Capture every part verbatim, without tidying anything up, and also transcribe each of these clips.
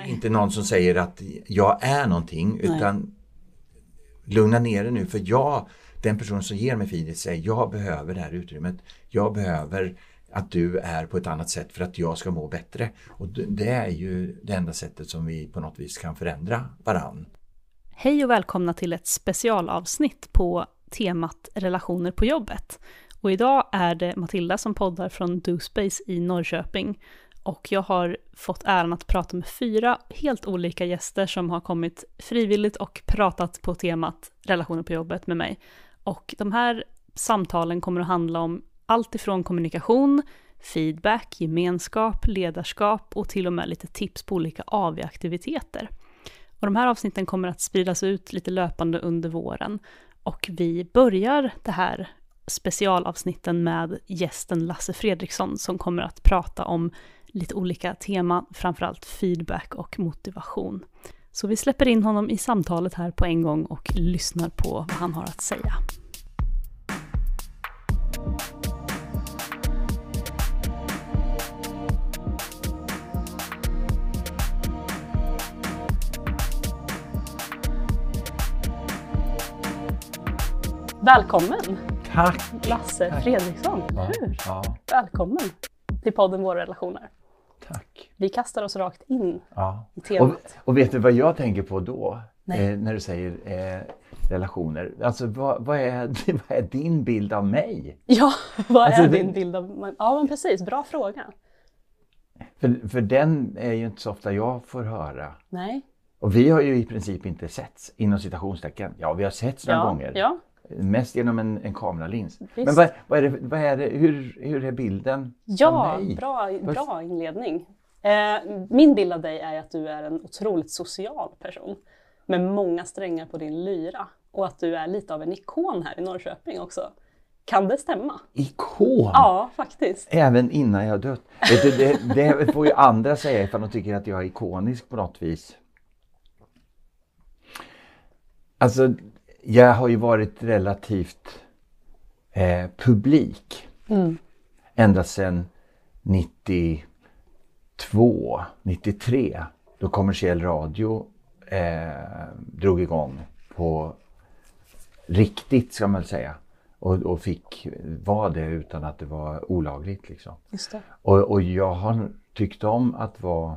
Nej. Inte någon som säger att jag är någonting, utan Nej. lugna ner det nu, för jag, den person som ger mig feedet, säger jag behöver det här utrymmet. Jag behöver att du är på ett annat sätt för att jag ska må bättre. Och det är ju det enda sättet som vi på något vis kan förändra varann. Hej och välkomna till ett specialavsnitt på temat relationer på jobbet. Och idag är det Matilda som poddar från DoSpace i Norrköping. Och jag har fått äran att prata med fyra helt olika gäster som har kommit frivilligt och pratat på temat relationer på jobbet med mig. Och de här samtalen kommer att handla om allt ifrån kommunikation, feedback, gemenskap, ledarskap och till och med lite tips på olika A V-aktiviteter. Och de här avsnitten kommer att spridas ut lite löpande under våren. Och vi börjar det här specialavsnitten med gästen Lasse Fredriksson som kommer att prata om lite olika teman, framförallt feedback och motivation. Så vi släpper in honom i samtalet här på en gång och lyssnar på vad han har att säga. Välkommen! Tack! Lasse Tack. Fredriksson, ja, hur? Ja. Välkommen till podden Våra relationer. Tack. Vi kastar oss rakt in ja. i temat. Och, och vet du vad jag tänker på då? Eh, när du säger eh, relationer. Alltså vad, vad, är, vad är din bild av mig? Ja, vad alltså, är det, din bild av mig? Ja, men precis. Bra fråga. För, för den är ju inte så ofta jag får höra. Nej. Och vi har ju i princip inte setts inom citationstecken. Ja, vi har setts några ja, gånger. Ja. Mest genom en, en kameralins. Visst. Men vad, vad, är det, vad är det, hur, hur är bilden ja, av mig? Bra, bra inledning. Eh, min bild av dig är att du är en otroligt social person. Med många strängar på din lyra. Och att du är lite av en ikon här i Norrköping också. Kan det stämma? Ikon? Ja, faktiskt. Även innan jag dött. Vet du, det, det får ju andra säga ifall de tycker att jag är ikonisk på något vis. Alltså, jag har ju varit relativt eh, publik. Mm. Ända sedan nittiotvå, nittiotre. Då kommersiell radio eh, drog igång på riktigt, ska man säga. Och, och fick vara det utan att det var olagligt liksom. Just det. Och, och jag har tyckt om att vara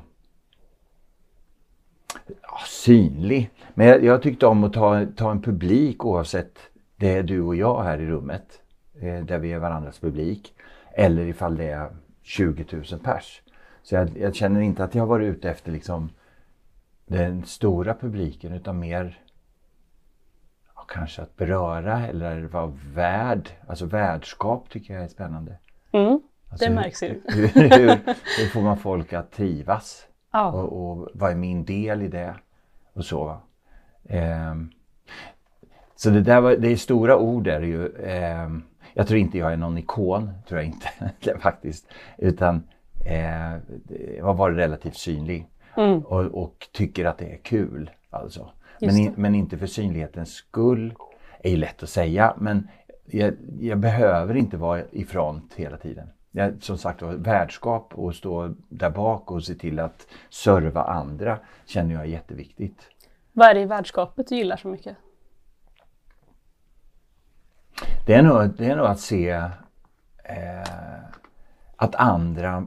ja, synlig. Men jag, jag tyckte om att ta, ta en publik oavsett det är du och jag här i rummet. Eh, där vi är varandras publik. Eller ifall det är tjugo tusen pers. Så jag, jag känner inte att jag har varit ute efter liksom den stora publiken utan mer ja, kanske att beröra eller vara värd. Alltså värdskap tycker jag är spännande. Mm, alltså, det märks ju. Hur, hur, hur får man folk att trivas? Ja. Och, och vad är min del i det? Och så. Ehm, så det där var, det är stora ord där ju. Ehm, jag tror inte jag är någon ikon, tror jag inte faktiskt. Utan eh, jag har varit relativt synlig. Mm. Och, och tycker att det är kul. Alltså. Men, in, men inte för synlighetens skull. Är ju lätt att säga. Men jag, jag behöver inte vara i front hela tiden. Jag, som sagt, värdskap och stå där bak och se till att serva andra känner jag är jätteviktigt. Vad är det i värdskapet du gillar så mycket? Det är nog, det är nog att se eh, att andra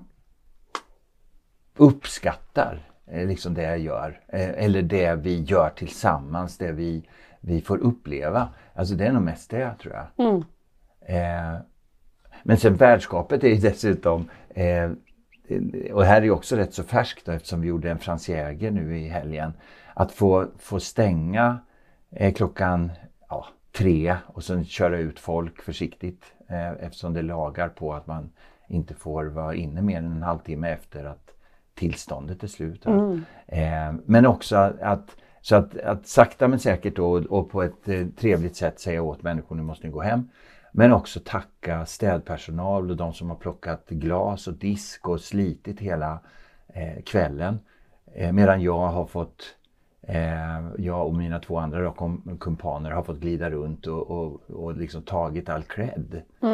uppskattar eh, liksom det jag gör. Eh, eller det vi gör tillsammans, det vi, vi får uppleva. Alltså det är nog mest det, tror jag. Mm. Eh, men sen värdskapet är ju dessutom, eh, och här är ju också rätt så färskt då, eftersom vi gjorde en Franz Jäger nu i helgen. Att få, få stänga eh, klockan ja, tre och sen köra ut folk försiktigt. Eh, eftersom det lagar på att man inte får vara inne mer än en halvtimme efter att tillståndet är slut. Mm. Eh, men också att, så att, att sakta men säkert då, och på ett eh, trevligt sätt säga åt människor, nu måste ni gå hem. Men också tacka städpersonal och de som har plockat glas och disk och slitit hela eh, kvällen. Eh, medan jag har fått, eh, jag och mina två andra kom, kumpaner har fått glida runt och, och, och liksom tagit all cred. Mm.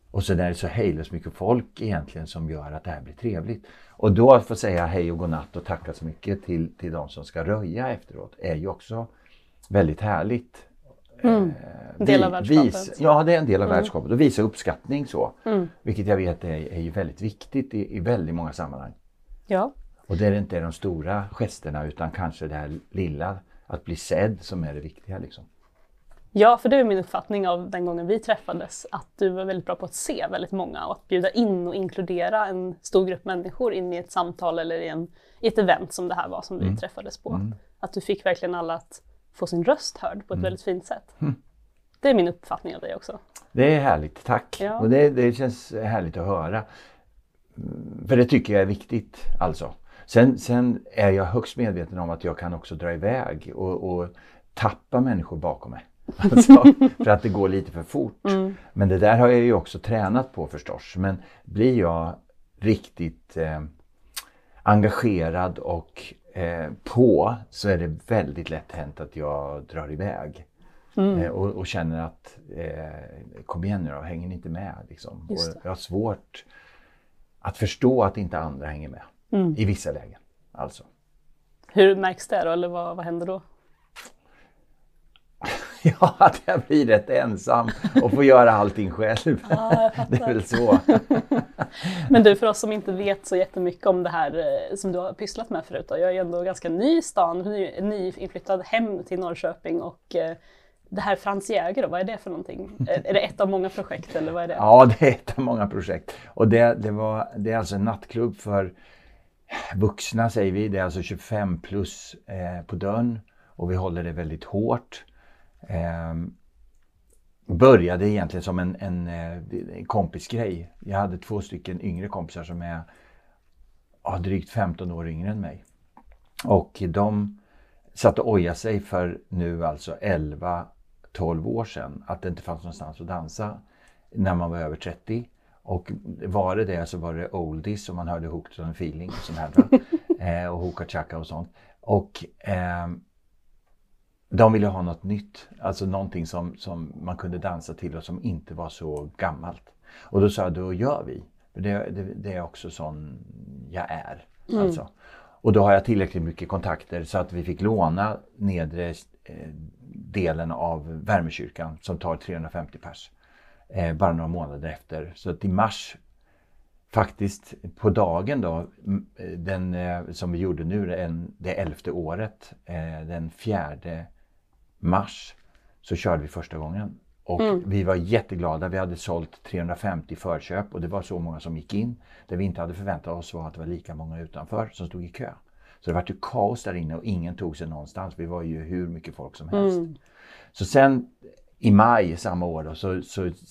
Och så där är det så hejlöst mycket folk egentligen som gör att det här blir trevligt. Och då att få säga hej och godnatt och tacka så mycket till, till de som ska röja efteråt är ju också väldigt härligt. Mm. En del av världskapet. Vis, ja, det är en del av mm. världskapet och visa uppskattning så. Mm. Vilket jag vet är, är ju väldigt viktigt i, i väldigt många sammanhang. Ja. Och det är inte de stora gesterna utan kanske det här lilla, att bli sedd, som är det viktiga liksom. Ja, för det är min uppfattning av den gången vi träffades, att du var väldigt bra på att se väldigt många och att bjuda in och inkludera en stor grupp människor in i ett samtal eller i, en, i ett event som det här var som vi mm. träffades på. Mm. Att du fick verkligen alla att få sin röst hörd på ett mm. väldigt fint sätt. Mm. Det är min uppfattning av dig också. Det är härligt, tack. Ja. Och det, det känns härligt att höra. För det tycker jag är viktigt alltså. Sen, sen är jag högst medveten om att jag kan också dra iväg och, och tappa människor bakom mig. Alltså, för att det går lite för fort. Mm. Men det där har jag ju också tränat på förstås. Men blir jag riktigt eh, engagerad och eh, på, så är det väldigt lätt hänt att jag drar iväg. Mm. Eh, och, och känner att eh, kom igen nu då, hänger ni inte med liksom. Och jag har svårt att förstå att inte andra hänger med. Mm. I vissa lägen alltså. Hur märks det då, eller vad, vad händer då? Ja, att jag blir rätt ensam och får göra allting själv. Ja, det är väl så. Men du, för oss som inte vet så jättemycket om det här som du har pysslat med förut då. Jag är ändå ganska ny i stan, ny, nyinflyttad hem till Norrköping och eh, det här Franz Jäger då, vad är det för någonting? Är det ett av många projekt eller vad är det? Ja, det är ett av många projekt. Och det, det, var, det är alltså en nattklubb för vuxna säger vi. Det är alltså tjugofem plus eh, på dörren och vi håller det väldigt hårt. Eh, började egentligen som en, en, en kompisgrej. Jag hade två stycken yngre kompisar som är ja, drygt femton år yngre än mig. Och de satt och ojade sig för nu alltså elva tolv år sedan att det inte fanns någonstans att dansa när man var över trettio. Och var det det så var det oldies som man hörde Hooked on a Feeling och sånt här. eh, och Hookah Chaka och sånt. Och eh, de ville ha något nytt. Alltså någonting som, som man kunde dansa till och som inte var så gammalt. Och då sa jag, då gör vi. För det, det, det är också sån jag är. Mm. Alltså. Och då har jag tillräckligt mycket kontakter så att vi fick låna nedre eh, delen av Värmekyrkan som tar trehundrafemtio pers. Eh, bara några månader efter. Så att i mars, faktiskt på dagen då, den eh, som vi gjorde nu, en, det elfte året, eh, den fjärde mars, så körde vi första gången. Och mm. vi var jätteglada, vi hade sålt trehundrafemtio förköp och det var så många som gick in. Det vi inte hade förväntat oss var att det var lika många utanför som stod i kö. Så det var ju kaos där inne och ingen tog sig någonstans. Vi var ju hur mycket folk som helst. Mm. Så sen i maj samma år då, så, så eh,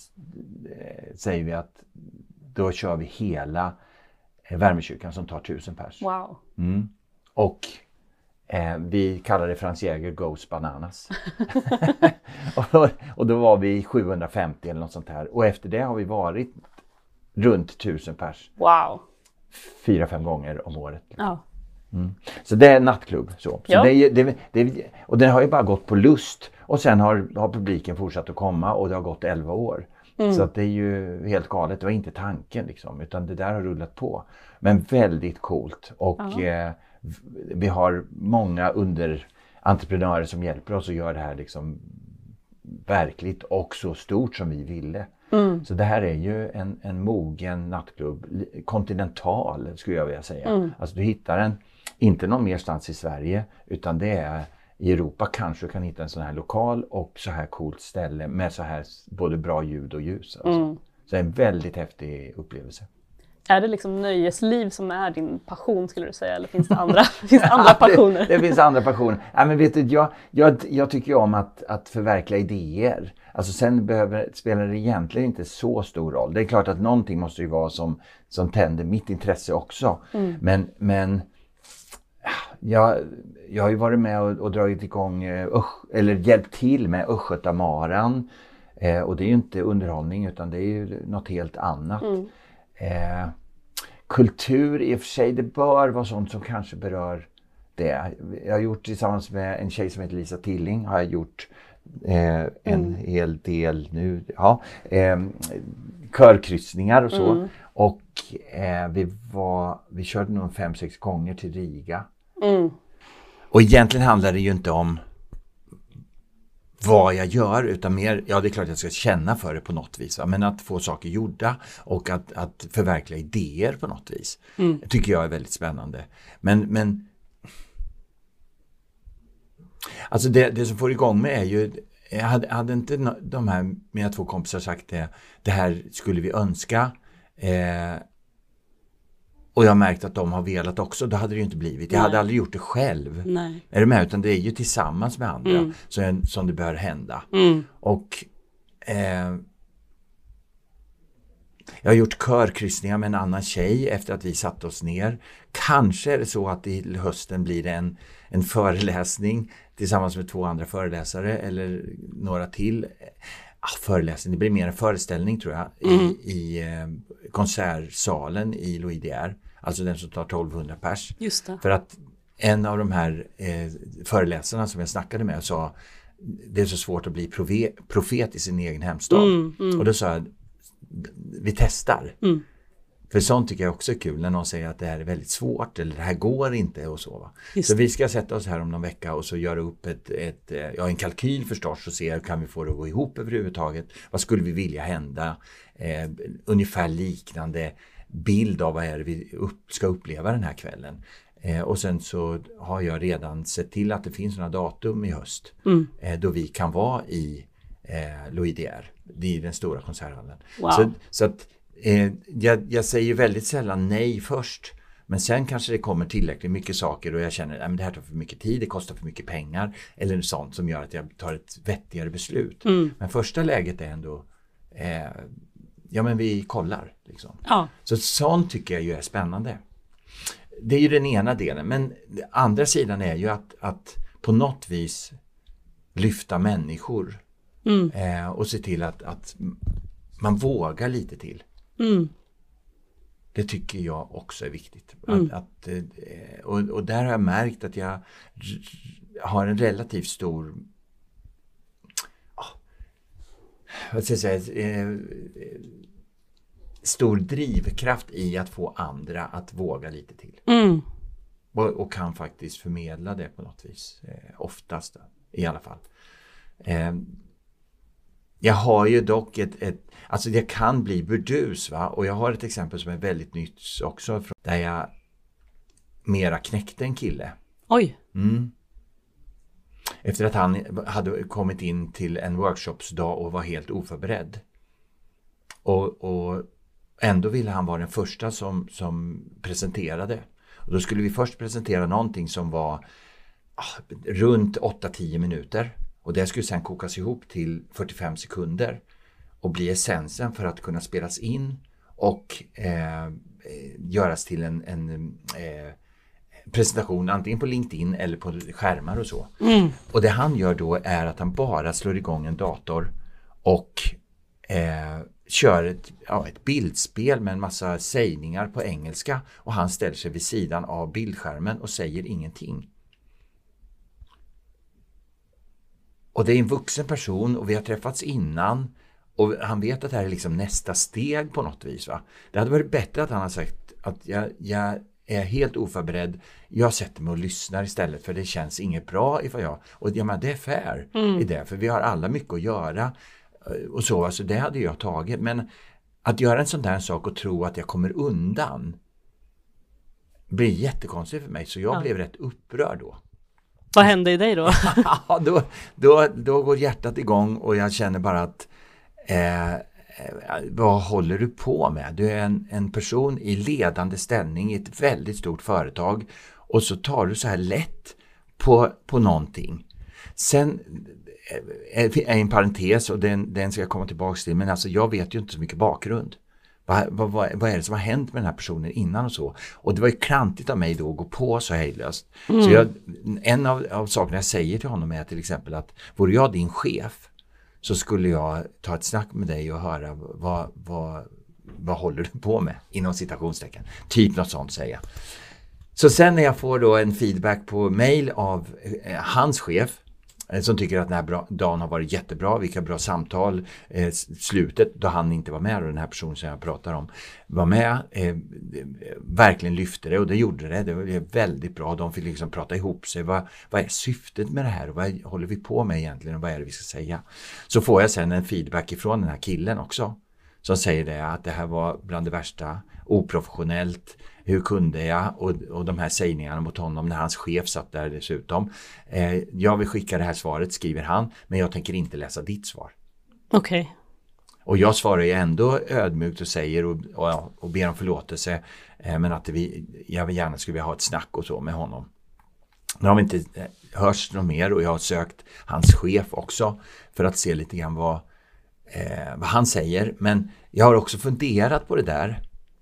säger vi att då kör vi hela eh, Värmekyrkan som tar tusen pers. Wow. Mm. Och eh, vi kallar det Franz Jäger Goes Bananas. och, då, och då var vi sjuhundrafemtio eller något sånt här. Och efter det har vi varit runt tusen pers. Wow. Fyra, fem gånger om året. Ja. Mm. Så det är en nattklubb. Så. Så ja. det, det, det, och den har ju bara gått på lust. Och sen har, har publiken fortsatt att komma och det har gått elva år. Mm. Så att det är ju helt galet. Det var inte tanken liksom. Utan det där har rullat på. Men väldigt coolt. Och eh, vi har många underentreprenörer som hjälper oss att göra det här liksom verkligt och så stort som vi ville. Mm. Så det här är ju en, en mogen nattklubb. Kontinental skulle jag vilja säga. Mm. Alltså du hittar den inte någon merstans i Sverige. Utan det är i Europa kanske du kan hitta en sån här lokal och så här coolt ställe med så här både bra ljud och ljus. Alltså. Mm. Så det är en väldigt häftig upplevelse. Är det liksom nöjesliv som är din passion skulle du säga? Eller finns det andra, finns det andra passioner? det, det finns andra passioner. Ja, men vet du, jag, jag, jag tycker om att, att förverkliga idéer. Alltså sen behöver, spelar det egentligen inte så stor roll. Det är klart att någonting måste ju vara som, som tänder mitt intresse också. Mm. Men, men jag, jag har ju varit med och, och dragit igång, uh, eller hjälpt till med Östgötamaran. Eh, och det är ju inte underhållning utan det är ju något helt annat. Mm. Eh, kultur i och för sig, det bör vara sånt som kanske berör det. Jag har gjort tillsammans med en tjej som heter Lisa Tilling, har jag gjort eh, en mm. hel del nu. Ja, eh, körkryssningar och så. Mm. Och eh, vi, var, vi körde nog fem, sex gånger till Riga. Mm. Och egentligen handlar det ju inte om vad jag gör, utan mer, ja det är klart att jag ska känna för det på något vis, va? Men att få saker gjorda och att, att förverkliga idéer på något vis. Mm. Det tycker jag är väldigt spännande. Men, men alltså det, det som får igång mig är ju, jag hade, hade inte de här, mina två kompisar sagt det, det här skulle vi önska, eh, och jag har märkt att de har velat också, då hade det ju inte blivit. Jag Nej. hade aldrig gjort det själv. Nej. Är du med? Utan det är ju tillsammans med andra mm. som, som det bör hända. Mm. Och eh, jag har gjort körkryssningar med en annan tjej efter att vi satt oss ner. Kanske är det så att i hösten blir det en, en föreläsning tillsammans med två andra föreläsare eller några till. Ah, föreläsning, det blir mer en föreställning tror jag mm. i, i eh, konsertsalen i Louis D R. Alltså den som tar tolvhundra pers. Just det. För att en av de här eh, föreläsarna som jag snackade med sa det är så svårt att bli prove- profet i sin egen hemstad. Mm, mm. Och då sa jag vi testar. Mm. För sånt tycker jag också är kul när någon säger att det här är väldigt svårt eller det här går inte och så. Va? Så vi ska sätta oss här om någon vecka och så göra upp ett, ett, ja, en kalkyl förstås och se kan vi få det att gå ihop överhuvudtaget. Vad skulle vi vilja hända? Eh, ungefär liknande bild av vad är det vi upp, ska uppleva den här kvällen. Eh, och sen så har jag redan sett till att det finns några datum i höst mm. eh, då vi kan vara i eh, Louis D R, i den stora konserthallen. Wow. Så, så att Eh, jag, jag säger väldigt sällan nej först. Men sen kanske det kommer tillräckligt mycket saker och jag känner att det här tar för mycket tid, det kostar för mycket pengar. Eller sånt som gör att jag tar ett vettigare beslut. Mm. Men första läget är ändå, eh, ja men vi kollar. Liksom. Ja. Så sånt tycker jag ju är spännande. Det är ju den ena delen. Men den andra sidan är ju att, att på något vis lyfta människor. Mm. Eh, och se till att, att man vågar lite till. Mm. Det tycker jag också är viktigt. Mm. Att, att, och, och där har jag märkt att jag har en relativt stor vad ska jag säga, stor drivkraft i att få andra att våga lite till. Mm. Och, och kan faktiskt förmedla det på något vis. Oftast i alla fall. Jag har ju dock ett, ett alltså det kan bli burdus, va? Och jag har ett exempel som är väldigt nytt också, där jag mera knäckte en kille. Oj. Mm. Efter att han hade kommit in till en workshopsdag och var helt oförberedd. Och, och ändå ville han vara den första som, som presenterade. Och då skulle vi först presentera någonting som var ah, runt åtta till tio minuter. Och det skulle sen kokas ihop till fyrtiofem sekunder och bli essensen för att kunna spelas in och eh, göras till en, en eh, presentation antingen på LinkedIn eller på skärmar och så. Mm. Och det han gör då är att han bara slår igång en dator och eh, kör ett, ja, ett bildspel med en massa sägningar på engelska och han ställer sig vid sidan av bildskärmen och säger ingenting. Och det är en vuxen person och vi har träffats innan och han vet att det här är liksom nästa steg på något vis, va? Det hade varit bättre att han hade sagt att jag, jag är helt oförberedd. Jag sätter mig och lyssnar istället för det känns inget bra ifall jag... Och ja, men det är fair mm. i det, för vi har alla mycket att göra och så. Alltså det hade jag tagit. Men att göra en sån där sak och tro att jag kommer undan blir jättekonstigt för mig. Så jag ja. blev rätt upprörd då. Vad hände i dig då? Ja, då, då, då går hjärtat igång och jag känner bara att eh, vad håller du på med? Du är en, en person i ledande ställning i ett väldigt stort företag och så tar du så här lätt på, på någonting. Sen är en parentes och den, den ska jag komma tillbaka till, men alltså jag vet ju inte så mycket bakgrund. Vad, vad, vad är det som har hänt med den här personen innan och så? Och det var ju klantigt av mig då att gå på så hejdlöst. Mm. Så jag, en av, av sakerna jag säger till honom är till exempel att vore jag din chef så skulle jag ta ett snack med dig och höra vad, vad, vad håller du på med inom citationstecken. Typ något sånt säger jag. Så sen när jag får då en feedback på mail av eh, hans chef som tycker att den här bra, dagen har varit jättebra, vilka bra samtal, eh, slutet då han inte var med och den här personen som jag pratar om var med, eh, verkligen lyfte det och det gjorde det, det var väldigt bra, de fick liksom prata ihop sig, vad, vad är syftet med det här och vad håller vi på med egentligen och vad är det vi ska säga. Så får jag sen en feedback ifrån den här killen också som säger det att det här var bland det värsta, oprofessionellt, hur kunde jag? Och, och de här sägningarna mot honom när hans chef satt där dessutom. Eh, jag vill skicka det här svaret, skriver han, men jag tänker inte läsa ditt svar. Okej. Okay. Och jag svarar ju ändå ödmjukt och säger och, och, och ber om förlåtelse, eh, men att vi, jag vill gärna skulle vilja ha ett snack och så med honom. Nu har vi inte eh, hörts något mer och jag har sökt hans chef också för att se lite grann vad, eh, vad han säger. Men jag har också funderat på det där.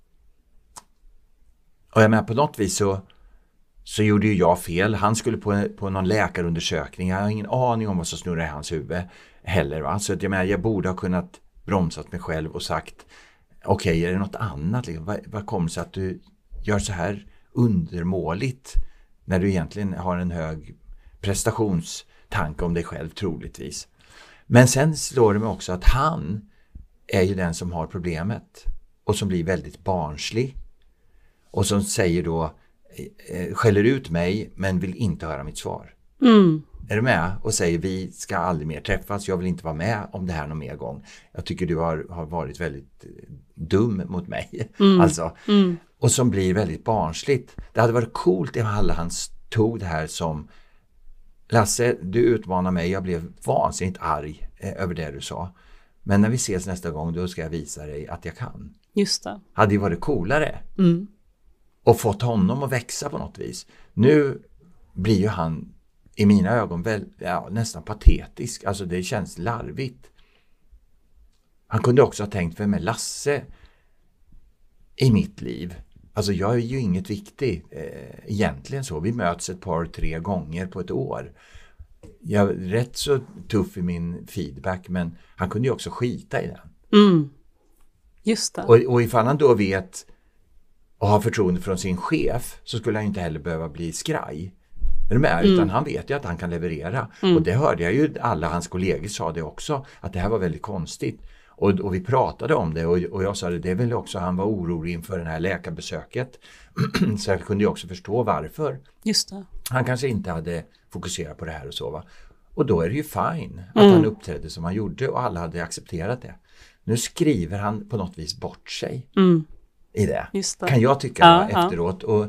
Och jag menar på något vis så, så gjorde ju jag fel. Han skulle på, på någon läkarundersökning. Jag har ingen aning om vad som snurrar i hans huvud heller. Va? Så att jag menar, jag borde ha kunnat bromsat mig själv och sagt okej, okay, är det något annat? Liksom? Vad, vad kommer det sig att du gör så här undermåligt när du egentligen har en hög prestationstanke om dig själv troligtvis. Men sen slår det mig också att han är ju den som har problemet och som blir väldigt barnslig. Och som säger då, eh, skäller ut mig men vill inte höra mitt svar. Mm. Är du med? Och säger vi ska aldrig mer träffas, jag vill inte vara med om det här någon mer gång. Jag tycker du har, har varit väldigt dum mot mig. Mm. Alltså. Mm. Och som blir väldigt barnsligt. Det hade varit coolt om alla han tog det här som Lasse, du utmanar mig, jag blev vansinnigt arg eh, över det du sa. Men när vi ses nästa gång då ska jag visa dig att jag kan. Just det. Hade ju varit coolare. Mm. Och fått honom att växa på något vis. Nu blir ju han i mina ögon väl, ja, nästan patetisk. Alltså det känns larvigt. Han kunde också ha tänkt, vem är Lasse i mitt liv? Alltså jag är ju inget viktig eh, egentligen så. Vi möts ett par, tre gånger på ett år. Jag är rätt så tuff i min feedback, men han kunde ju också skita i den. Mm. Just det. Och, och ifall han då vet och har förtroende från sin chef så skulle han inte heller behöva bli skraj. Är du med? Mm. Utan han vet ju att han kan leverera. Mm. Och det hörde jag ju, alla hans kollegor sa det också, att det här var väldigt konstigt. Och, och vi pratade om det och, och jag sa det, det är väl också, han var orolig inför det här läkarbesöket. Så jag kunde ju också förstå varför. Just det. Han kanske inte hade fokuserat på det här och så va. Och då är det ju fine att Mm. han uppträdde som han gjorde och alla hade accepterat det. Nu skriver han på något vis bort sig Mm. i det. Just det. Kan jag tycka Ja, va, efteråt. Och,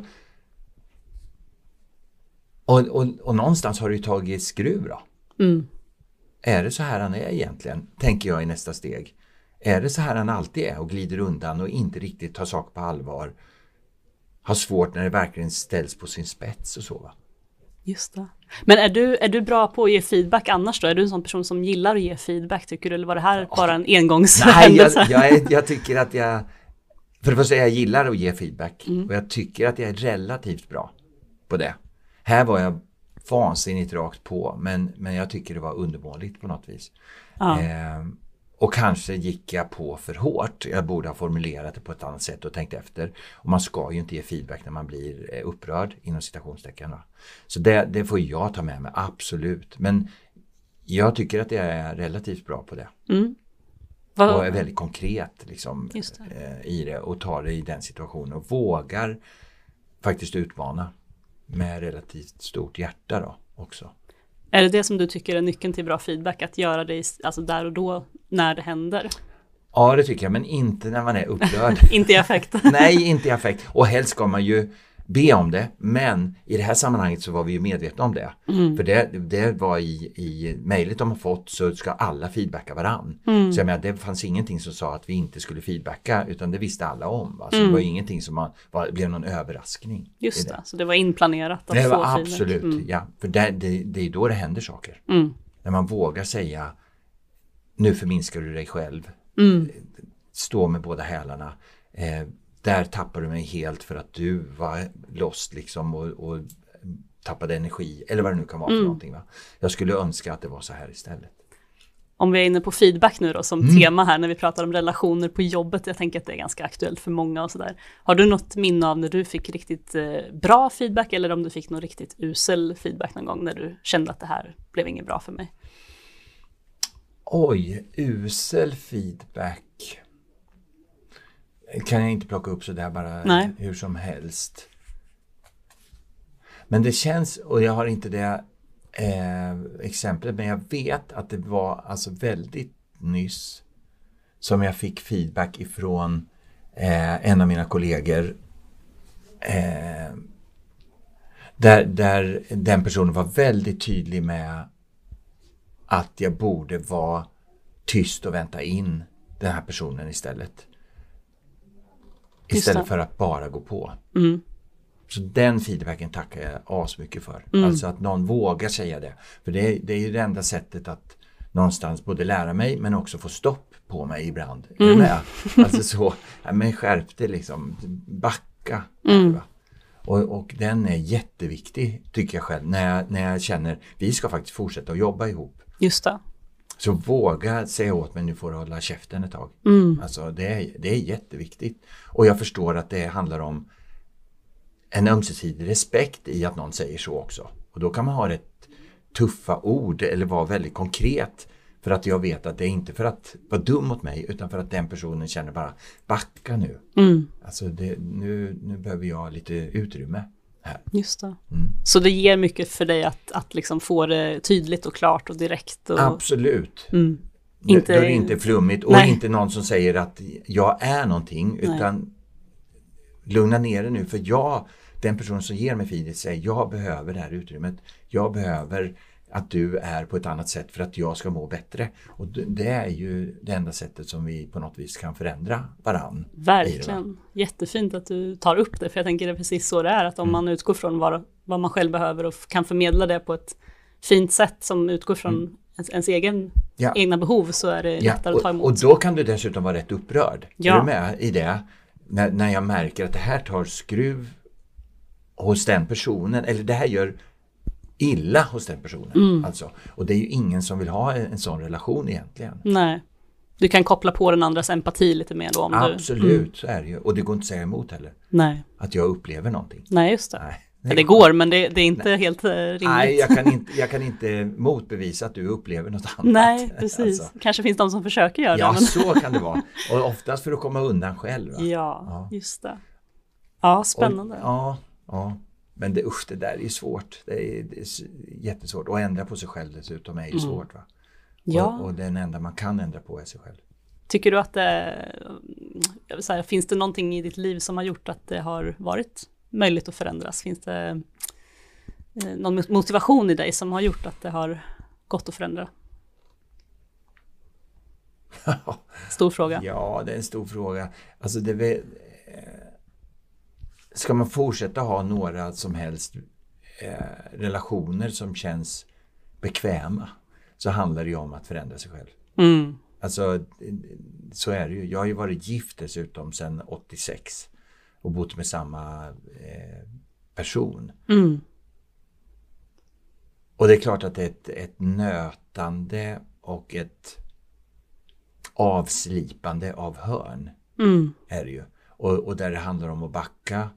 och, och, och någonstans har det ju tagit skruv då. Mm. Är det så här han är egentligen? Tänker jag i nästa steg. Är det så här han alltid är och glider undan och inte riktigt tar saker på allvar? Har svårt när det verkligen ställs på sin spets och så va? Just det. Men är du, är du bra på att ge feedback annars då? Är du en sån person som gillar att ge feedback tycker du? Eller var det här bara en engångshändelse? Nej, jag, jag, är, jag tycker att jag... För det första, jag gillar att ge feedback. Mm. Och jag tycker att jag är relativt bra på det. Här var jag vansinnigt rakt på. Men, men jag tycker det var undermåligt på något vis. Ja. Eh, och kanske gick jag på för hårt. Jag borde ha formulerat det på ett annat sätt och tänkt efter. Och man ska ju inte ge feedback när man blir eh, upprörd inom citationstecken. Va? Så det, det får jag ta med mig, absolut. Men jag tycker att jag är relativt bra på det. Mm. Och är väldigt konkret liksom, Just det. eh, i det och tar det i den situationen. Och vågar faktiskt utmana med relativt stort hjärta då också. Är det det som du tycker är nyckeln till bra feedback? Att göra det alltså där och då när det händer? Ja, det tycker jag. Men inte när man är upprörd. Inte i affekt. Nej, inte i affekt. Och helst ska man ju be om det. Men i det här sammanhanget så var vi ju medvetna om det. Mm. För det, det var i, i mejlet de har fått så ska alla feedbacka varann. Mm. Så jag menar, det fanns ingenting som sa att vi inte skulle feedbacka. Utan det visste alla om. Va? Så mm. det var ingenting som man, var, blev någon överraskning. Just det. det, så det var inplanerat att det få var feedback. absolut, mm. ja. För det, det, det är då det händer saker. Mm. När man vågar säga, nu förminskar du dig själv. Mm. Stå med båda hälarna. Eh, där tappar du mig helt för att du var lost liksom och, och tappade energi. Eller vad det nu kan vara för mm. någonting. Va? Jag skulle önska att det var så här istället. Om vi är inne på feedback nu då som Mm. tema här när vi pratar om relationer på jobbet. Jag tänker att det är ganska aktuellt för många och sådär. Har du något minne av när du fick riktigt eh, bra feedback eller om du fick någon riktigt usel feedback någon gång när du kände att det här blev inget bra för mig? Oj, usel feedback. Kan jag inte plocka upp så där bara Nej. hur som helst. Men det känns, och jag har inte det eh, exemplet, men jag vet att det var alltså väldigt nyss som jag fick feedback ifrån eh, en av mina kollegor eh, där, där den personen var väldigt tydlig med att jag borde vara tyst och vänta in den här personen istället. Istället för att bara gå på. Mm. Så den feedbacken tackar jag asmycket för. Mm. Alltså att någon vågar säga det. För det är, det är ju det enda sättet att någonstans både lära mig men också få stopp på mig ibland. Är du Mm. med? Alltså så, ja, men skärp det liksom. Backa. Mm. Och, och den är jätteviktig tycker jag själv. När jag, när jag känner, vi ska faktiskt fortsätta att jobba ihop. Just det. Så våga säga åt mig, nu får du hålla käften ett tag. Mm. Alltså det är, det är jätteviktigt. Och jag förstår att det handlar om en ömsesidig respekt i att någon säger så också. Och då kan man ha rätt tuffa ord eller vara väldigt konkret. För att jag vet att det är inte för att vara dum mot mig utan för att den personen känner bara backa nu. Mm. Alltså det, nu, nu behöver jag lite utrymme här. Just det. Mm. Så det ger mycket för dig att, att liksom få det tydligt och klart och direkt. Och... Absolut. Mm. Inte... Då är det inte flummigt och Nej. inte någon som säger att jag är någonting utan Nej. Lugna ner det nu för jag, den personen som ger mig feedback säger jag behöver det här utrymmet. Jag behöver att du är på ett annat sätt för att jag ska må bättre. Och det är ju det enda sättet som vi på något vis kan förändra varann. Verkligen. Jättefint att du tar upp det. För jag tänker det är precis så det är. Att om mm. man utgår från vad, vad man själv behöver och kan förmedla det på ett fint sätt som utgår från mm. ens, ens egen, ja. egna behov så är det ja. lättare och, att ta emot. Och då kan du dessutom vara rätt upprörd. Ja. Är du med i det? När, när jag märker att det här tar skruv hos den personen. Eller det här gör illa hos den personen. Mm. Alltså. Och det är ju ingen som vill ha en, en sån relation egentligen. Nej. Du kan koppla på den andras empati lite mer då. Om Absolut, du... mm. så är det ju. Och det går inte att säga emot heller. Nej. Att jag upplever någonting. Nej, just det. Nej. Det, det går, men det, det är inte Nej. helt uh, rimligt. Nej, jag kan, inte, jag kan inte motbevisa att du upplever något annat. Nej, precis. Alltså. Kanske finns de som försöker göra ja, det. Men... så kan det vara. Och oftast för att komma undan själv. Va? Ja, ja, just det. Ja, spännande. Och, ja, ja. Men det, usch, det där är ju svårt. Det är, det är jättesvårt. Och ändra på sig själv dessutom är ju mm. svårt. Va? Ja. Och, och den enda man kan ändra på är sig själv. Tycker du att det, jag vill säga, finns det någonting i ditt liv som har gjort att det har varit möjligt att förändras? Finns det någon motivation i dig som har gjort att det har gått att förändra? Stor fråga. Ja, det är en stor fråga. Alltså det är, ska man fortsätta ha några som helst eh, relationer som känns bekväma så handlar det ju om att förändra sig själv. Mm. Alltså så är det ju. Jag har ju varit gift dessutom sedan åttiosex och bott med samma eh, person. Mm. Och det är klart att det är ett, ett nötande och ett avslipande av hörn mm. är det ju. Och, och där det handlar om att backa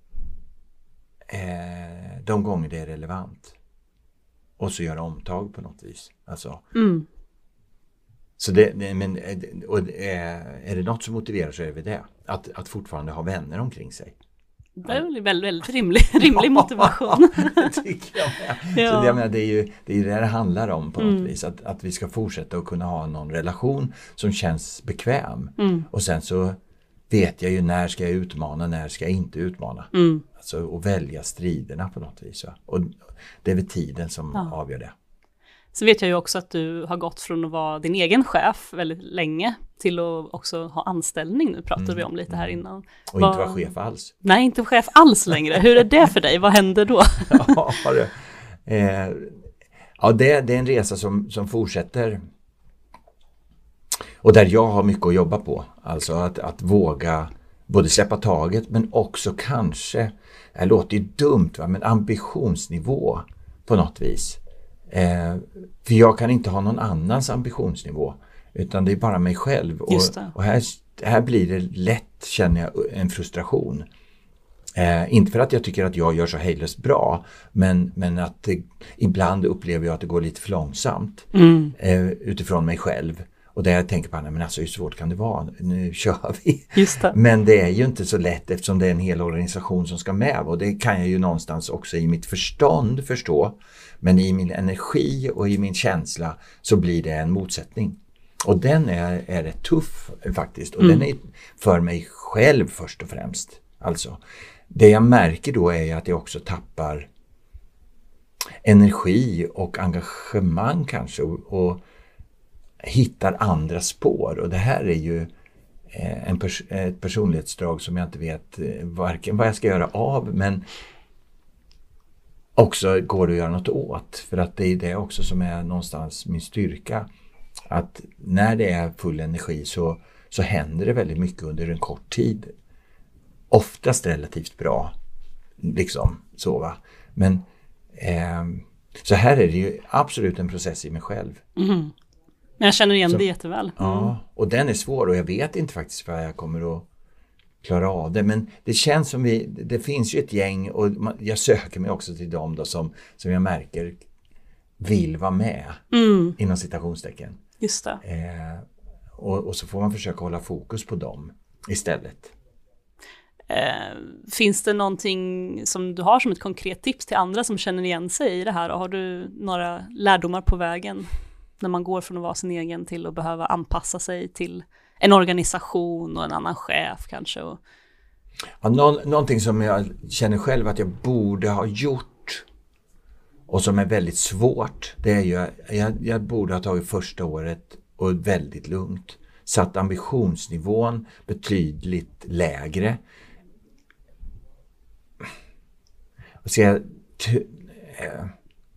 eh, de gånger det är relevant. Och så göra omtag på något vis. Alltså. Mm. Så det, men, och är det något som motiverar så är det det. Att, att fortfarande ha vänner omkring sig. Det är väldigt, väldigt rimlig, rimlig motivation. Det tycker jag med. Ja. Så jag menar, det är ju det, är det det handlar om på något mm. vis. Att, att vi ska fortsätta att kunna ha någon relation som känns bekväm. Mm. Och sen så vet jag ju när ska jag utmana, när ska jag inte utmana. Mm. Alltså att välja striderna på något vis. Va? Och det är väl tiden som ja. avgör det. Så vet jag ju också att du har gått från att vara din egen chef väldigt länge till att också ha anställning. Nu pratade mm. vi om lite här innan. Och Var... inte vara chef alls. Nej, inte chef alls längre. Hur är det för dig? Vad händer då? ja, det, eh, ja det, det är en resa som, som fortsätter. Och där jag har mycket att jobba på. Alltså att, att våga både släppa taget men också kanske, det låter ju dumt va, men ambitionsnivå på något vis. Eh, för jag kan inte ha någon annans ambitionsnivå. Utan det är bara mig själv. Och, och här, här blir det lätt, känner jag, en frustration. Eh, inte för att jag tycker att jag gör så hejlöst bra. Men, men att det, ibland upplever jag att det går lite för långsamt. Mm. Eh, utifrån mig själv. Och där jag tänker på, nej men alltså hur svårt kan det vara? Nu kör vi. Just det. Men det är ju inte så lätt eftersom det är en hel organisation som ska med. Och det kan jag ju någonstans också i mitt förstånd förstå. Men i min energi och i min känsla så blir det en motsättning. Och den är, är rätt tuff faktiskt. Och mm. den är för mig själv först och främst. Alltså, det jag märker då är att jag också tappar energi och engagemang kanske. Och, och hittar andra spår. Och det här är ju eh, en pers- ett personlighetsdrag som jag inte vet eh, varken vad jag ska göra av, men också går det att göra något åt. För att det är det också som är någonstans min styrka. Att när det är full energi så, så händer det väldigt mycket under en kort tid. Oftast relativt bra. Liksom så va. Men eh, så här är det ju absolut en process i mig själv. Mm. Men jag känner igen så, det jätteväl. Mm. Ja, och den är svår och jag vet inte faktiskt vad jag kommer att klara av det. Men det känns som vi, det finns ju ett gäng och jag söker mig också till dem då som, som jag märker vill vara med mm. inom citationstecken. Just det. Eh, och, och så får man försöka hålla fokus på dem istället. Eh, finns det någonting som du har som ett konkret tips till andra som känner igen sig i det här? Och har du några lärdomar på vägen när man går från att vara sin egen till att behöva anpassa sig till en organisation och en annan chef kanske? Och... Ja, nå- någonting som jag känner själv att jag borde ha gjort och som är väldigt svårt, det är ju jag, jag borde ha tagit första året och väldigt lugnt. Satt ambitionsnivån betydligt lägre. Och så jag, t- äh,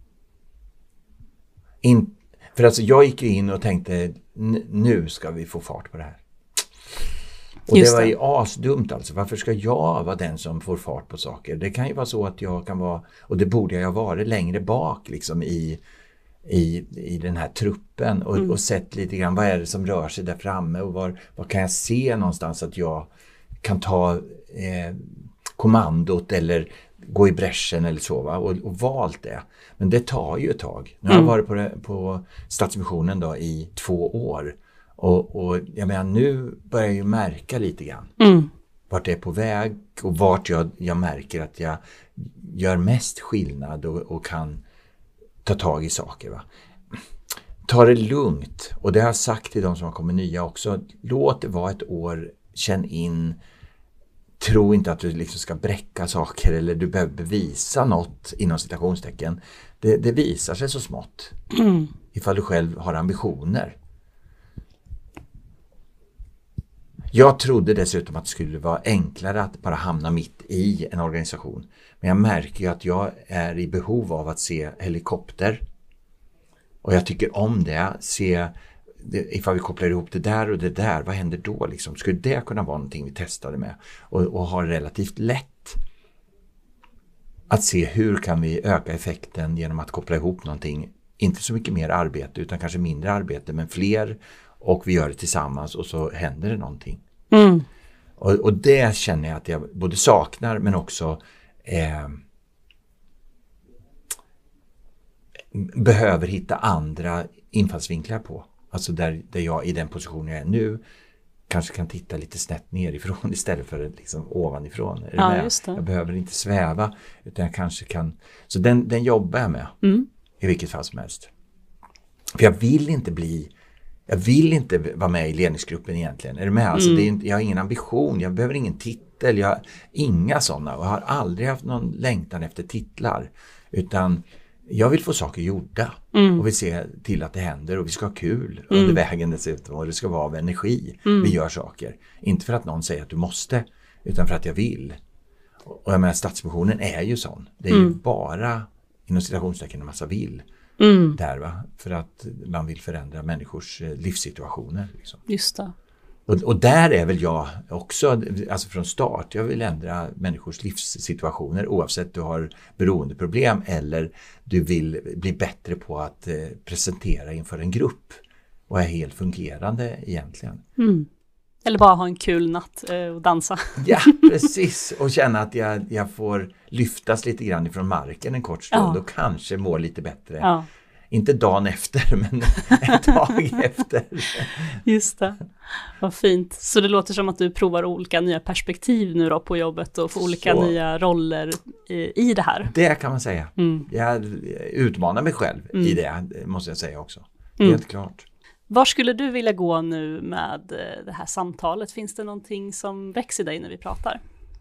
in, för alltså jag gick ju in och tänkte nu ska vi få fart på det här. Och Just det var ju asdumt alltså. Varför ska jag vara den som får fart på saker? Det kan ju vara så att jag kan vara, och det borde jag vara längre bak liksom i, i, i den här truppen och, mm. och sett lite grann vad är det som rör sig där framme och var, var kan jag se någonstans att jag kan ta eh, kommandot eller gå i bräschen eller så va? Och, och valt det. Men det tar ju ett tag. Nu har mm. jag varit på, det, på Stadsmissionen då i två år. Och, och jag menar, nu börjar jag ju märka lite grann mm. vart det är på väg och vart jag, jag märker att jag gör mest skillnad och, och kan ta tag i saker. Va? Ta det lugnt. Och det har jag sagt till de som har kommit nya också. Låt det vara ett år, känn in. Tro inte att du liksom ska bräcka saker eller du behöver bevisa något inom citationstecken. Det, det visar sig så smått. Mm. Ifall du själv har ambitioner. Jag trodde dessutom att det skulle vara enklare att bara hamna mitt i en organisation. Men jag märker ju att jag är i behov av att se helikopter. Och jag tycker om det. Se, ifall vi kopplar ihop det där och det där, vad händer då? Liksom? Skulle det kunna vara någonting vi testade med? Och, och ha relativt lätt att se hur kan vi öka effekten genom att koppla ihop någonting. Inte så mycket mer arbete utan kanske mindre arbete men fler. Och vi gör det tillsammans och så händer det någonting. Mm. Och, och det känner jag att jag både saknar men också eh, behöver hitta andra infallsvinklar på. Alltså där, där jag i den position jag är nu kanske kan titta lite snett nerifrån istället för liksom ovanifrån. Är ja, just det. Jag behöver inte sväva utan jag kanske kan... Så den, den jobbar jag med mm. i vilket fall som helst. För jag vill inte bli... Jag vill inte vara med i ledningsgruppen egentligen. Är du med? Alltså, mm. det är inte, jag har ingen ambition. Jag behöver ingen titel. Jag har inga sådana. Och har aldrig haft någon längtan efter titlar. Utan jag vill få saker gjorda. Mm. Och vill se till att det händer. Och vi ska ha kul mm. under vägen dessutom. Och det ska vara av energi. Mm. Vi gör saker. Inte för att någon säger att du måste. Utan för att jag vill. Och jag menar, Stadsmissionen är ju sån. Det är mm. ju bara inom citationstecken en massa vill. Mm. Där va? För att man vill förändra människors livssituationer. Liksom. Just det. Och, och där är väl jag också, alltså från start, jag vill ändra människors livssituationer oavsett du har beroendeproblem eller du vill bli bättre på att eh, presentera inför en grupp och är helt fungerande egentligen. Mm. Eller bara ha en kul natt eh, och dansa. Ja, precis. Och känna att jag, jag får lyftas lite grann ifrån marken en kort stund ja. och kanske må lite bättre. Ja. Inte dagen efter, men en dag efter. Just det. Vad fint. Så det låter som att du provar olika nya perspektiv nu då på jobbet och får olika Så. nya roller i, i det här. Det kan man säga. Mm. Jag utmanar mig själv mm. i det, måste jag säga också. Mm. Helt klart. Var skulle du vilja gå nu med det här samtalet? Finns det någonting som växer dig när vi pratar?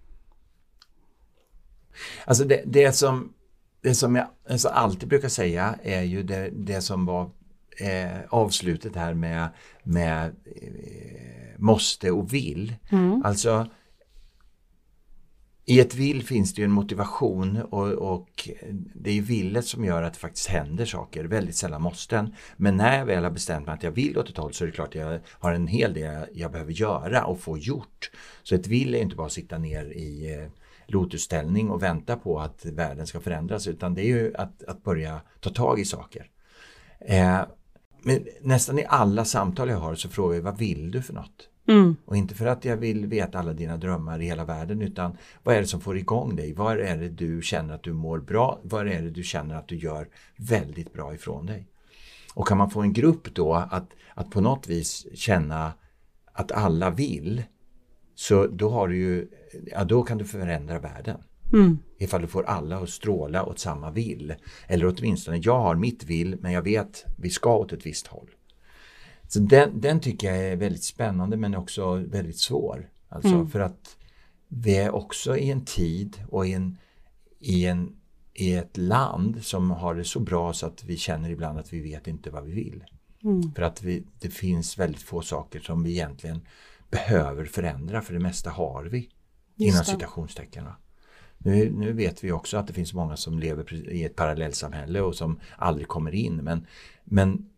Alltså det, det som... Det som jag alltså alltid brukar säga är ju det, det som var eh, avslutet här med, med eh, måste och vill. Mm. Alltså i ett vill finns det ju en motivation och, och det är ju villet som gör att det faktiskt händer saker. Väldigt sällan måste. Men när jag väl har bestämt mig att jag vill åt ett håll så är det klart att jag har en hel del jag behöver göra och få gjort. Så ett vill är inte bara att sitta ner i... Eh, lotusställning och vänta på att världen ska förändras, utan det är ju att, att börja ta tag i saker. Eh, men nästan i alla samtal jag har så frågar jag, vad vill du för något? Mm. Och inte för att jag vill veta alla dina drömmar i hela världen, utan vad är det som får igång dig? Vad är det du känner att du mår bra? Vad är det du känner att du gör väldigt bra ifrån dig? Och kan man få en grupp då att, att på något vis känna att alla vill, så då har du ju, ja, då kan du förändra världen. Mm. Ifall du får alla att stråla åt samma vill. Eller åtminstone, jag har mitt vill, men jag vet vi ska åt ett visst håll. Så den, den tycker jag är väldigt spännande, men också väldigt svår. Alltså mm. för att vi är också i en tid och i, en, i, en, i ett land som har det så bra så att vi känner ibland att vi vet inte vad vi vill. Mm. För att vi, det finns väldigt få saker som vi egentligen behöver förändra, för det mesta har vi inom citationstecken. Nu, nu vet vi också att det finns många som lever i ett parallellsamhälle och som aldrig kommer in, men, men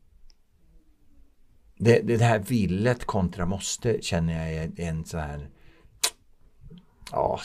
det, det här villet kontra måste känner jag är en sån här ja,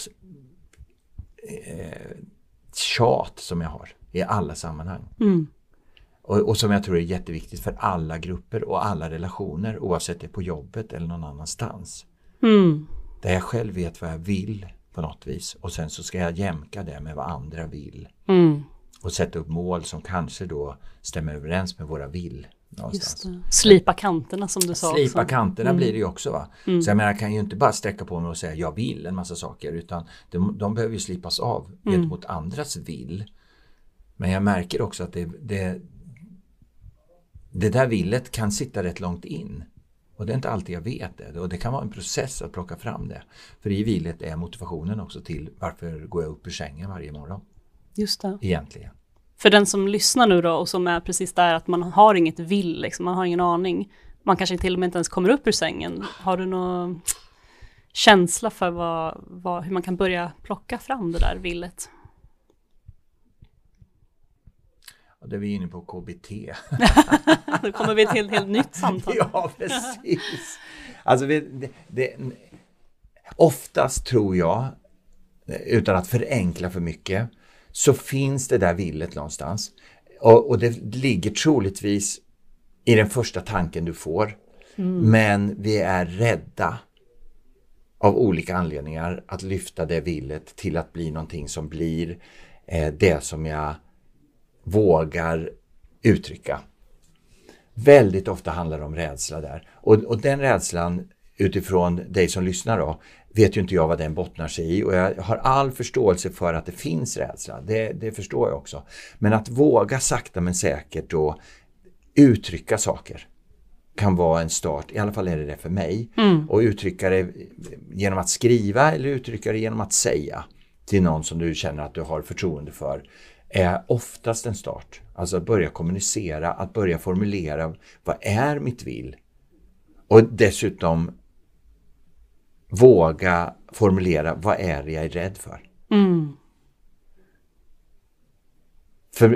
eh, tjat som jag har i alla sammanhang. Mm. Och, och som jag tror är jätteviktigt för alla grupper och alla relationer, oavsett det är på jobbet eller någon annanstans. Mm. Där jag själv vet vad jag vill på något vis. Och sen så ska jag jämka det med vad andra vill. Mm. Och sätta upp mål som kanske då stämmer överens med våra vill. Just det. Slipa kanterna som du sa. Slipa också. kanterna mm. blir det ju också va. Mm. Så jag menar, jag kan ju inte bara sträcka på mig och säga jag vill en massa saker. Utan de, de behöver ju slipas av mm. gentemot andras vill. Men jag märker också att det, det Det där villet kan sitta rätt långt in. Och det är inte alltid jag vet det. Och det kan vara en process att plocka fram det. För i villet är motivationen också till varför går jag upp ur sängen varje morgon. Just det. Egentligen. För den som lyssnar nu då och som är precis där att man har inget vill, liksom, man har ingen aning. Man kanske till och med inte ens kommer upp ur sängen. Har du någon känsla för vad, vad, hur man kan börja plocka fram det där villet? Det är vi inne på K B T. Då kommer vi till ett helt nytt samtal. Ja, precis. Alltså, det, det, det, oftast tror jag, utan att förenkla för mycket, så finns det där villet någonstans. Och, och det ligger troligtvis i den första tanken du får. Mm. Men vi är rädda av olika anledningar att lyfta det villet till att bli någonting som blir eh, det som jag vågar uttrycka. Väldigt ofta handlar det om rädsla där. Och, och den rädslan utifrån dig som lyssnar då, vet ju inte jag vad den bottnar sig i. Och jag har all förståelse för att det finns rädsla. Det, det förstår jag också. Men att våga sakta men säkert då uttrycka saker kan vara en start. I alla fall är det det för mig. Mm. Och uttrycka det genom att skriva eller uttrycka det genom att säga till någon som du känner att du har förtroende för är oftast en start. Alltså att börja kommunicera, att börja formulera vad är mitt vill. Och dessutom våga formulera vad är det jag är rädd för. Mm. För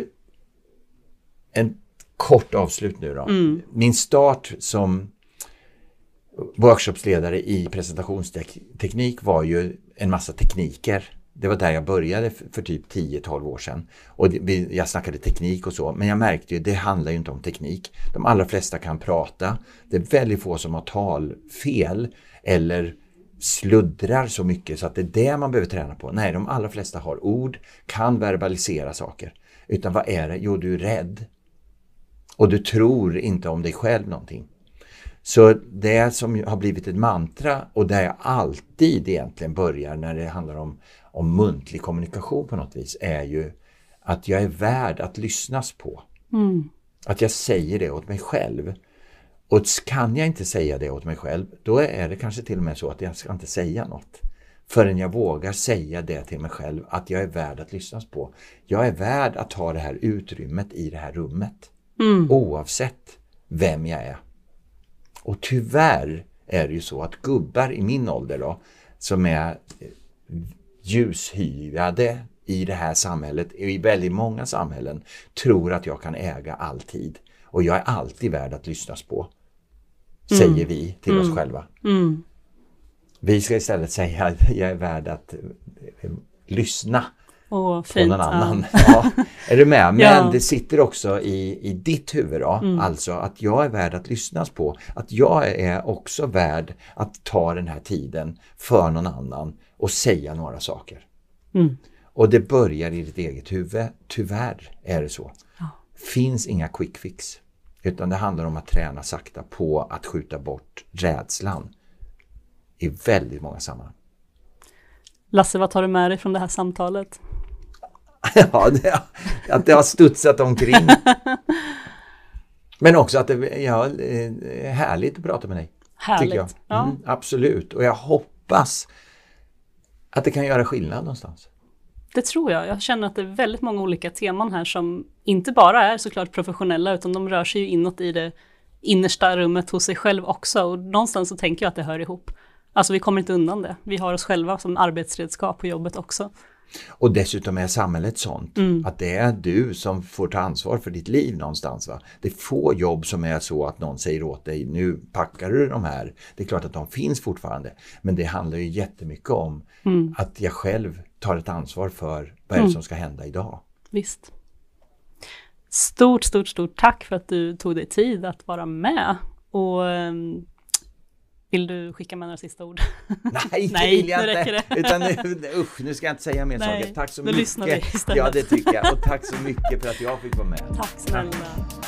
en kort avslut nu då. Mm. Min start som workshopsledare i presentationsteknik var ju en massa tekniker. Det var där jag började för, för typ tio tolv år sedan. Och det, vi, jag snackade teknik och så. Men jag märkte ju, det handlar ju inte om teknik. De allra flesta kan prata. Det är väldigt få som har talfel eller sluddrar så mycket så att det är det man behöver träna på. Nej, de allra flesta har ord, kan verbalisera saker. Utan vad är det? Jo, du är rädd. Och du tror inte om dig själv någonting. Så det som har blivit ett mantra och där jag alltid egentligen börjar när det handlar om, om muntlig kommunikation på något vis är ju att jag är värd att lyssnas på. Mm. Att jag säger det åt mig själv. Och kan jag inte säga det åt mig själv, då är det kanske till och med så att jag ska inte säga något. Förrän jag vågar säga det till mig själv, att jag är värd att lyssnas på. Jag är värd att ha det här utrymmet i det här rummet. Mm. Oavsett vem jag är. Och tyvärr är det ju så att gubbar i min ålder då, som är ljushyade i det här samhället, i väldigt många samhällen, tror att jag kan äga all tid. Och jag är alltid värd att lyssnas på. Säger mm. vi till mm. oss själva. Mm. Vi ska istället säga att jag är värd att eh, lyssna oh, på fint, någon annan. Ja. Ja, är du med? Men ja. det sitter också i, i ditt huvud då. Mm. Alltså att jag är värd att lyssnas på. Att jag är också värd att ta den här tiden för någon annan och säga några saker. Mm. Och det börjar i ditt eget huvud. Tyvärr är det så. Ja. Finns inga quick fix. Utan det handlar om att träna sakta på att skjuta bort rädslan. I väldigt många sammanhang. Lasse, vad tar du med dig från det här samtalet? Ja, det, att det har studsat omkring. Men också att det ja, är härligt att prata med dig. Härligt. Jag. Ja. Mm, absolut. Och jag hoppas att det kan göra skillnad någonstans. Det tror jag. Jag känner att det är väldigt många olika teman här som inte bara är såklart professionella, utan de rör sig ju inåt i det innersta rummet hos sig själv också. Och någonstans så tänker jag att det hör ihop. Alltså vi kommer inte undan det. Vi har oss själva som arbetsredskap på jobbet också. Och dessutom är samhället sånt mm. att det är du som får ta ansvar för ditt liv någonstans. Va? Det är få jobb som är så att någon säger åt dig, nu packar du de här. Det är klart att de finns fortfarande. Men det handlar ju jättemycket om mm. att jag själv tar ett ansvar för vad är det mm. som ska hända idag. Visst. Stort, stort, stort tack för att du tog dig tid att vara med. Och um, vill du skicka med några sista ord? Nej, det vill jag inte. Utan nu, usch, nu ska jag inte säga mer saker. Tack så mycket. Nu lyssnar vi istället. Ja, det tycker jag. Och tack så mycket för att jag fick vara med. Tack snälla.